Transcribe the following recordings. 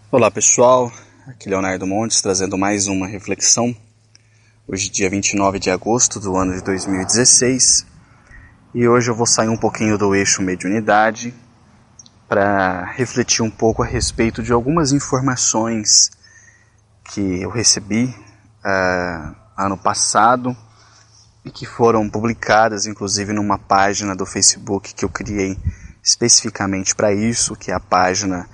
Olá pessoal, aqui é Leonardo Montes trazendo mais uma reflexão. Hoje dia 29 de agosto do ano de 2016 e hoje eu vou sair um pouquinho do eixo mediunidade para refletir um pouco a respeito de algumas informações que eu recebi ano passado e que foram publicadas inclusive numa página do Facebook que eu criei especificamente para isso, que é a página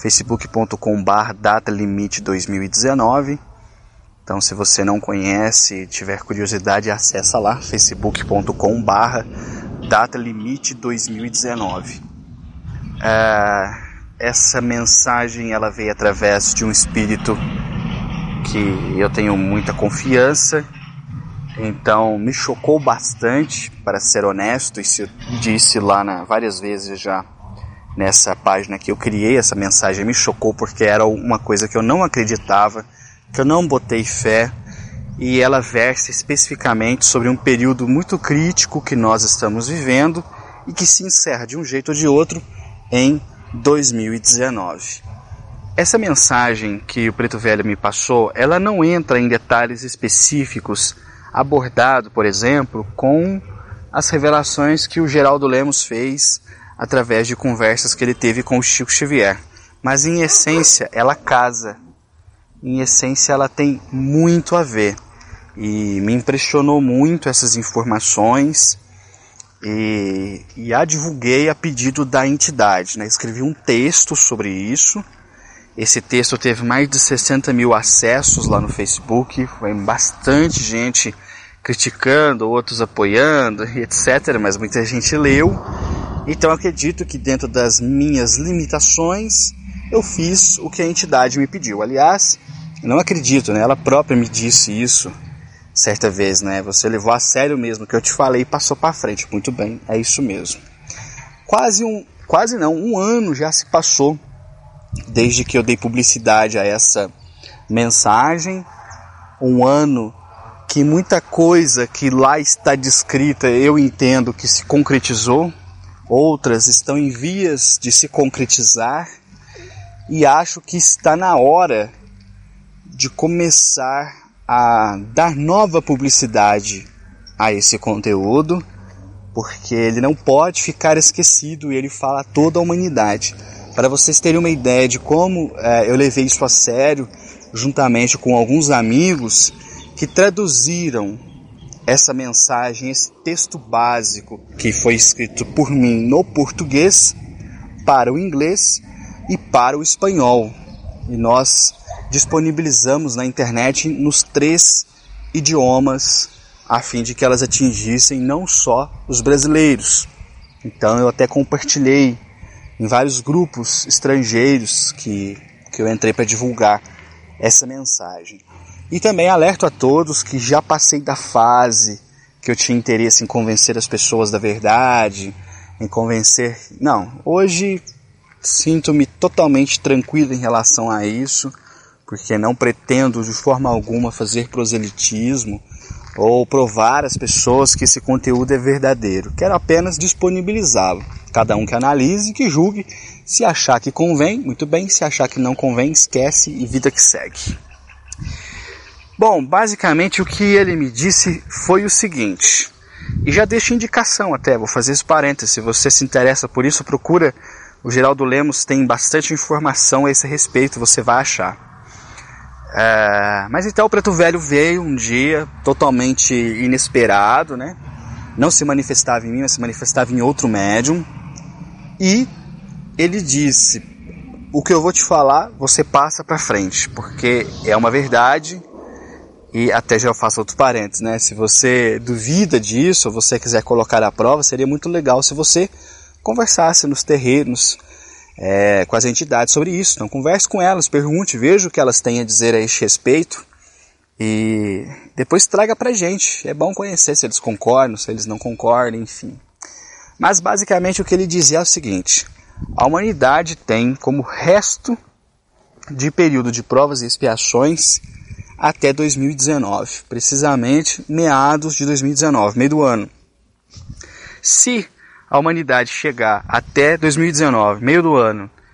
facebook.com/datalimite2019. Então, se você não conhece e tiver curiosidade, acessa lá, facebook.com/datalimite2019. Essa mensagem ela veio através de um espírito que eu tenho muita confiança, então me chocou bastante, para ser honesto, e se disse lá várias vezes já nessa página que eu criei. Essa mensagem me chocou porque era uma coisa que eu não acreditava, que eu não botei fé, e ela versa especificamente sobre um período muito crítico que nós estamos vivendo e que se encerra de um jeito ou de outro em 2019. Essa mensagem que o Preto Velho me passou, ela não entra em detalhes específicos abordado, por exemplo, com as revelações que o Geraldo Lemos fez através de conversas que ele teve com o Chico Xavier. Mas em essência ela casa, em essência ela tem muito a ver. E me impressionou muito essas informações e a divulguei a pedido da entidade, né? Escrevi um texto sobre isso. Esse texto teve mais de 60 mil acessos lá no Facebook, foi bastante gente criticando, outros apoiando, etc. Mas muita gente leu. Então acredito que dentro das minhas limitações eu fiz o que a entidade me pediu. Aliás, não acredito, né? Ela própria me disse isso certa vez, né? Você levou a sério mesmo o que eu te falei e passou para frente. Muito bem, é isso mesmo. Um ano já se passou desde que eu dei publicidade a essa mensagem. Um ano que muita coisa que lá está descrita eu entendo que se concretizou. Outras estão em vias de se concretizar e acho que está na hora de começar a dar nova publicidade a esse conteúdo, porque ele não pode ficar esquecido e ele fala a toda a humanidade. Para vocês terem uma ideia de como eu levei isso a sério, juntamente com alguns amigos que traduziram essa mensagem, esse texto básico que foi escrito por mim no português, para o inglês e para o espanhol. E nós disponibilizamos na internet nos 3 idiomas, a fim de que elas atingissem não só os brasileiros. Então eu até compartilhei em vários grupos estrangeiros que eu entrei para divulgar essa mensagem. E também alerto a todos que já passei da fase que eu tinha interesse em convencer as pessoas da verdade, em convencer... Não, hoje sinto-me totalmente tranquilo em relação a isso, porque não pretendo de forma alguma fazer proselitismo ou provar às pessoas que esse conteúdo é verdadeiro. Quero apenas disponibilizá-lo. Cada um que analise, que julgue. Se achar que convém, muito bem. Se achar que não convém, esquece e vida que segue. Bom, basicamente o que ele me disse foi o seguinte, e já deixo indicação até, vou fazer esse parênteses, se você se interessa por isso, procura, o Geraldo Lemos tem bastante informação a esse respeito, você vai achar. Mas então o Preto Velho veio um dia totalmente inesperado, né? Não se manifestava em mim, mas se manifestava em outro médium, e ele disse, o que eu vou te falar, você passa para frente, porque é uma verdade. E até já eu faço outro parênteses, né? Se você duvida disso, ou você quiser colocar à prova, seria muito legal se você conversasse nos terreiros, com as entidades sobre isso. Então converse com elas, pergunte, veja o que elas têm a dizer a este respeito e depois traga pra gente. É bom conhecer se eles concordam, se eles não concordam, enfim. Mas basicamente o que ele dizia é o seguinte: a humanidade tem como resto de período de provas e expiações até 2019, precisamente meados de 2019, meio do ano. Se a humanidade chegar até 2019, meio do ano,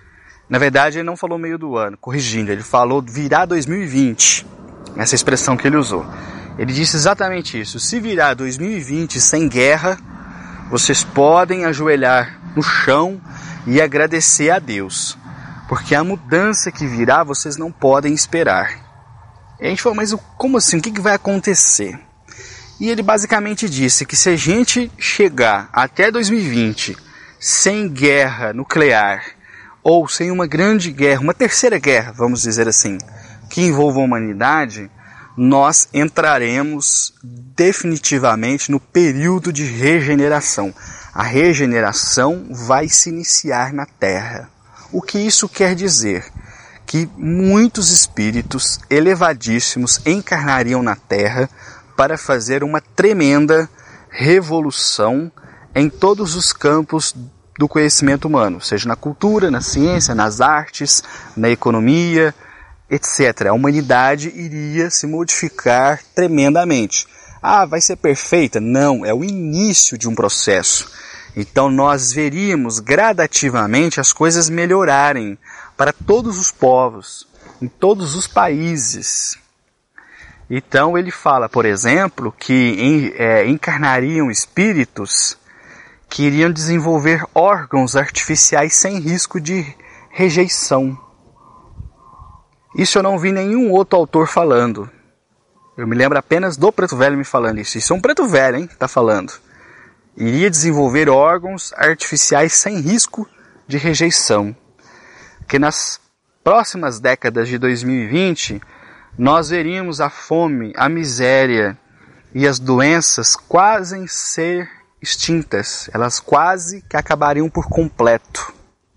Na verdade, ele não falou meio do ano, corrigindo, ele falou virar 2020, essa expressão que ele usou. Ele disse exatamente isso: se virar 2020 sem guerra, vocês podem ajoelhar no chão e agradecer a Deus, porque a mudança que virá vocês não podem esperar. E a gente falou, mas como assim? O que vai acontecer? E ele basicamente disse que se a gente chegar até 2020 sem guerra nuclear, ou sem uma grande guerra, uma terceira guerra, vamos dizer assim, que envolva a humanidade, nós entraremos definitivamente no período de regeneração. A regeneração vai se iniciar na Terra. O que isso quer dizer? Que muitos espíritos elevadíssimos encarnariam na Terra para fazer uma tremenda revolução em todos os campos do conhecimento humano, seja na cultura, na ciência, nas artes, na economia, etc. A humanidade iria se modificar tremendamente. Ah, vai ser perfeita? Não, é o início de um processo. Então nós veríamos gradativamente as coisas melhorarem para todos os povos, em todos os países. Então ele fala, por exemplo, que encarnariam espíritos que iriam desenvolver órgãos artificiais sem risco de rejeição. Isso eu não vi nenhum outro autor falando. Eu me lembro apenas do Preto Velho me falando isso. Isso é um Preto Velho, hein, tá falando. Iria desenvolver órgãos artificiais sem risco de rejeição. Que nas próximas décadas de 2020, nós veríamos a fome, a miséria e as doenças quase em ser extintas. Elas quase que acabariam por completo.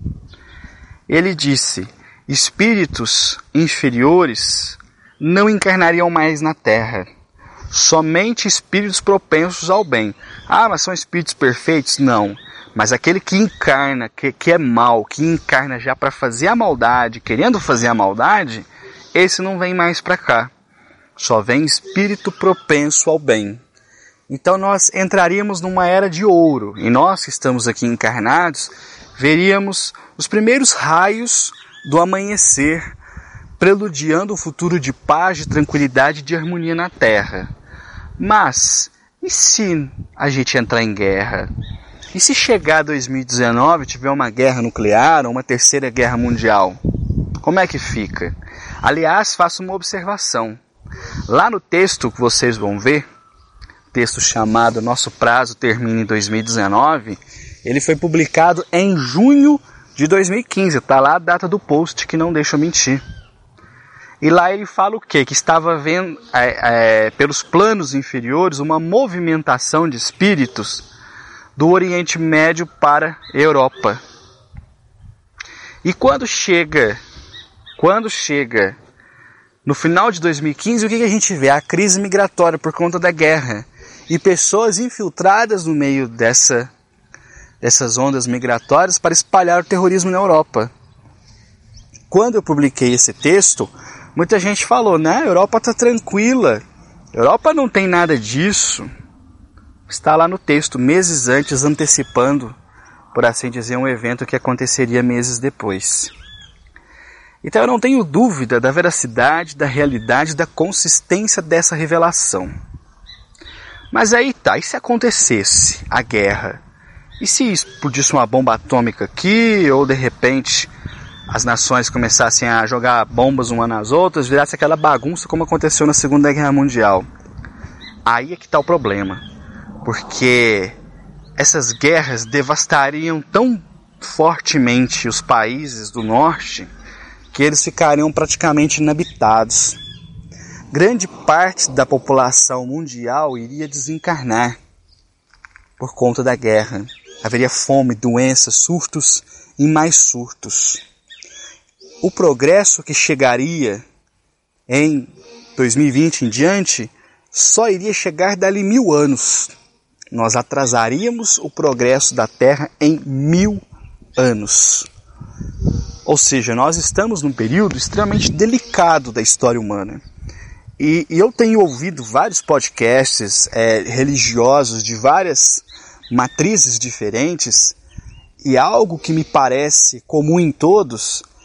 Ele disse: espíritos inferiores não encarnariam mais na Terra. Somente espíritos propensos ao bem. Ah, mas são espíritos perfeitos? Não. Mas aquele que encarna, que é mal, que encarna já para fazer a maldade, querendo fazer a maldade, esse não vem mais para cá. Só vem espírito propenso ao bem. Então nós entraríamos numa era de ouro. E nós que estamos aqui encarnados, veríamos os primeiros raios do amanhecer, preludiando um futuro de paz, de tranquilidade e de harmonia na Terra. Mas, e se a gente entrar em guerra? E se chegar 2019 tiver uma guerra nuclear ou uma terceira guerra mundial? Como é que fica? Aliás, faço uma observação. Lá no texto que vocês vão ver, texto chamado Nosso Prazo Termina em 2019, ele foi publicado em junho de 2015. Está lá a data do post, que não deixa eu mentir. E lá ele fala o quê? Que estava vendo, pelos planos inferiores, uma movimentação de espíritos do Oriente Médio para a Europa. E quando chega no final de 2015, o que a gente vê? A crise migratória por conta da guerra. E pessoas infiltradas no meio dessas ondas migratórias para espalhar o terrorismo na Europa. Quando eu publiquei esse texto, muita gente falou, né? A Europa está tranquila. A Europa não tem nada disso. Está lá no texto, meses antes, antecipando, por assim dizer, um evento que aconteceria meses depois. Então eu não tenho dúvida da veracidade, da realidade, da consistência dessa revelação. Mas aí tá, e se acontecesse a guerra? E se explodisse uma bomba atômica aqui, ou de repente as nações começassem a jogar bombas umas nas outras, virasse aquela bagunça como aconteceu na Segunda Guerra Mundial? Aí é que tá o problema. Porque essas guerras devastariam tão fortemente os países do norte que eles ficariam praticamente inabitados. Grande parte da população mundial iria desencarnar por conta da guerra. Haveria fome, doenças, surtos e mais surtos. O progresso que chegaria em 2020 em diante só iria chegar dali 1000 anos. Nós atrasaríamos o progresso da Terra em 1000 anos. Ou seja, nós estamos num período extremamente delicado da história humana. E eu tenho ouvido vários podcasts religiosos de várias matrizes diferentes, e algo que me parece comum em todos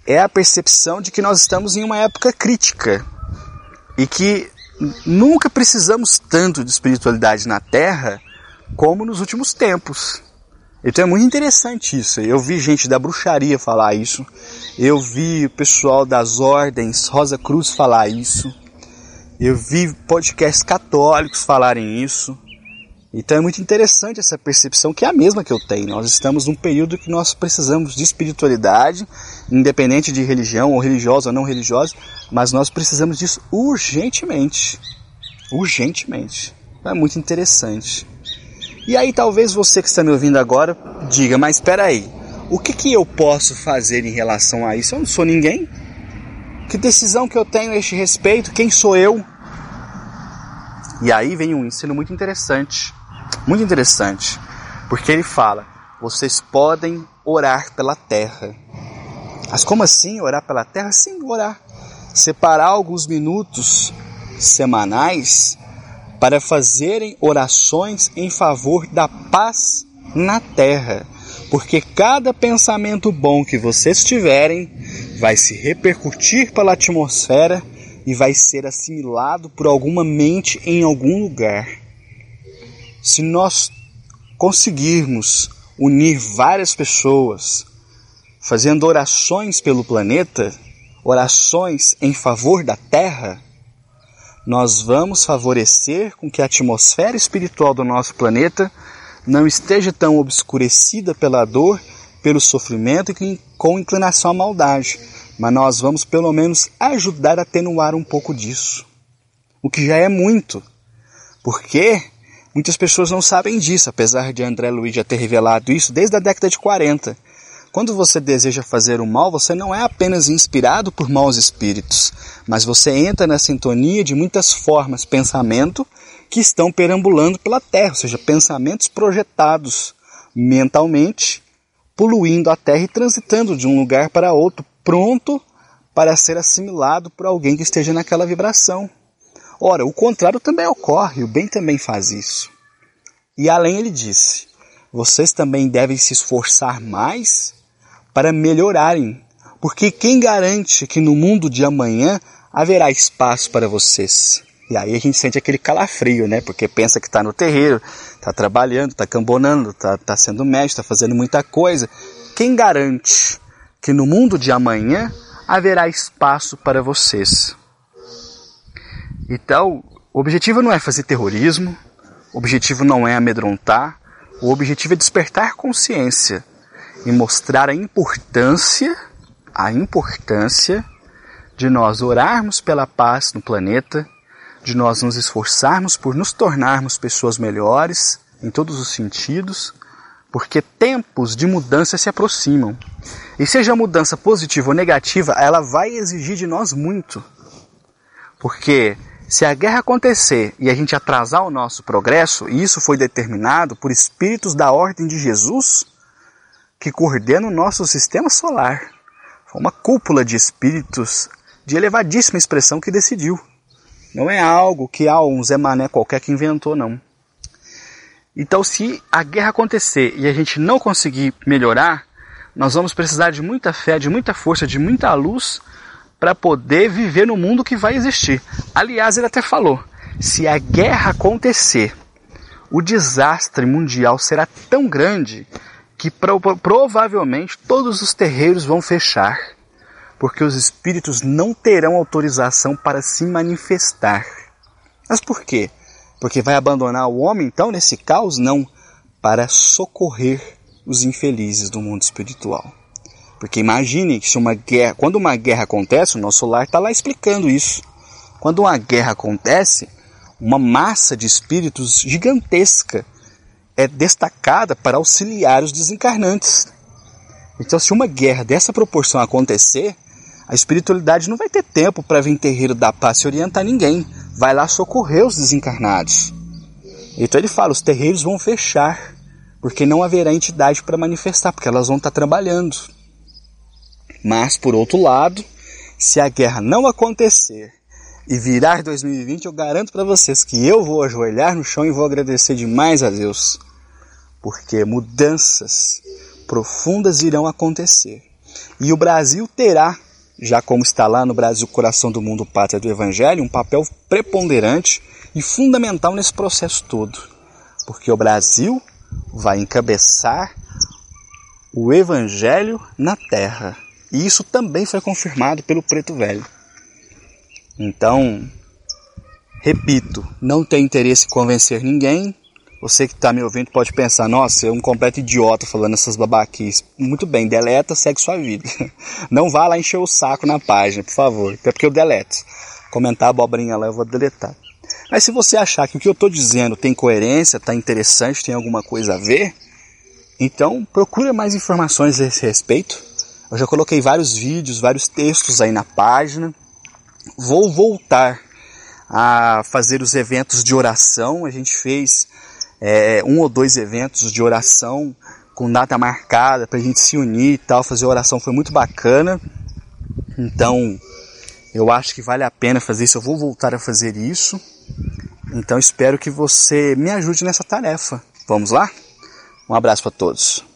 é a percepção de que nós estamos em uma época crítica e que nunca precisamos tanto de espiritualidade na Terra como nos últimos tempos. Então é muito interessante isso. Eu vi gente da bruxaria falar isso, eu vi o pessoal das ordens Rosa Cruz falar isso, eu vi podcasts católicos falarem isso. Então é muito interessante essa percepção, que é a mesma que eu tenho. Nós estamos num período que nós precisamos de espiritualidade, independente de religião, ou religiosa ou não religiosa, mas nós precisamos disso urgentemente. Urgentemente. É muito interessante. E aí talvez você que está me ouvindo agora diga, mas espera aí, o que eu posso fazer em relação a isso? Eu não sou ninguém. Que decisão que eu tenho a este respeito? Quem sou eu? E aí vem um ensino muito interessante, porque ele fala, vocês podem orar pela terra. Mas como assim orar pela terra? Sim, orar. Separar alguns minutos semanais para fazerem orações em favor da paz na terra. Porque cada pensamento bom que vocês tiverem vai se repercutir pela atmosfera e vai ser assimilado por alguma mente em algum lugar. Se nós conseguirmos unir várias pessoas fazendo orações pelo planeta, orações em favor da Terra, nós vamos favorecer com que a atmosfera espiritual do nosso planeta não esteja tão obscurecida pela dor, pelo sofrimento e com inclinação à maldade. Mas nós vamos pelo menos ajudar a atenuar um pouco disso. O que já é muito. Porque muitas pessoas não sabem disso, apesar de André Luiz já ter revelado isso desde a década de 40. Quando você deseja fazer o mal, você não é apenas inspirado por maus espíritos, mas você entra na sintonia de muitas formas, pensamento, que estão perambulando pela Terra, ou seja, pensamentos projetados mentalmente, poluindo a Terra e transitando de um lugar para outro, pronto para ser assimilado por alguém que esteja naquela vibração. Ora, o contrário também ocorre, o bem também faz isso. E além ele disse, vocês também devem se esforçar mais para melhorarem, porque quem garante que no mundo de amanhã haverá espaço para vocês? E aí a gente sente aquele calafrio, né? Porque pensa que está no terreiro, está trabalhando, está cambonando, está sendo médico, está fazendo muita coisa. Quem garante que no mundo de amanhã haverá espaço para vocês? Então, o objetivo não é fazer terrorismo, o objetivo não é amedrontar, o objetivo é despertar consciência e mostrar a importância de nós orarmos pela paz no planeta, de nós nos esforçarmos por nos tornarmos pessoas melhores em todos os sentidos, porque tempos de mudança se aproximam. E seja a mudança positiva ou negativa, ela vai exigir de nós muito. Porque se a guerra acontecer e a gente atrasar o nosso progresso, e isso foi determinado por espíritos da ordem de Jesus, que coordenam o nosso sistema solar. Foi uma cúpula de espíritos de elevadíssima expressão que decidiu. Não é algo que um Zé Mané qualquer que inventou, não. Então, se a guerra acontecer e a gente não conseguir melhorar, nós vamos precisar de muita fé, de muita força, de muita luz para poder viver no mundo que vai existir. Aliás, ele até falou, se a guerra acontecer, o desastre mundial será tão grande que provavelmente todos os terreiros vão fechar, porque os espíritos não terão autorização para se manifestar. Mas por quê? Porque vai abandonar o homem, então, nesse caos? Não, para socorrer os infelizes do mundo espiritual. Porque imagine que quando uma guerra acontece, o nosso lar está lá explicando isso. Quando uma guerra acontece, uma massa de espíritos gigantesca é destacada para auxiliar os desencarnantes. Então, se uma guerra dessa proporção acontecer, a espiritualidade não vai ter tempo para vir em terreiro da paz e orientar ninguém. Vai lá socorrer os desencarnados. Então ele fala, os terreiros vão fechar, porque não haverá entidade para manifestar, porque elas vão estar trabalhando. Mas, por outro lado, se a guerra não acontecer e virar 2020, eu garanto para vocês que eu vou ajoelhar no chão e vou agradecer demais a Deus. Porque mudanças profundas irão acontecer. E o Brasil terá, já como está lá no Brasil, coração do mundo, pátria do Evangelho, um papel preponderante e fundamental nesse processo todo. Porque o Brasil vai encabeçar o Evangelho na terra. E isso também foi confirmado pelo Preto Velho. Então, repito, não tem interesse em convencer ninguém. Você que está me ouvindo pode pensar, nossa, é um completo idiota falando essas babaquices. Muito bem, deleta, segue sua vida. Não vá lá encher o saco na página, por favor. Até porque eu deleto. Comentar abobrinha lá eu vou deletar. Mas se você achar que o que eu estou dizendo tem coerência, está interessante, tem alguma coisa a ver, então procura mais informações a esse respeito. Eu já coloquei vários vídeos, vários textos aí na página. Vou voltar a fazer os eventos de oração. A gente fez 1 ou 2 eventos de oração com data marcada para a gente se unir e tal, fazer oração. Foi muito bacana. Então eu acho que vale a pena fazer isso. Eu vou voltar a fazer isso. Então espero que você me ajude nessa tarefa. Vamos lá? Um abraço para todos.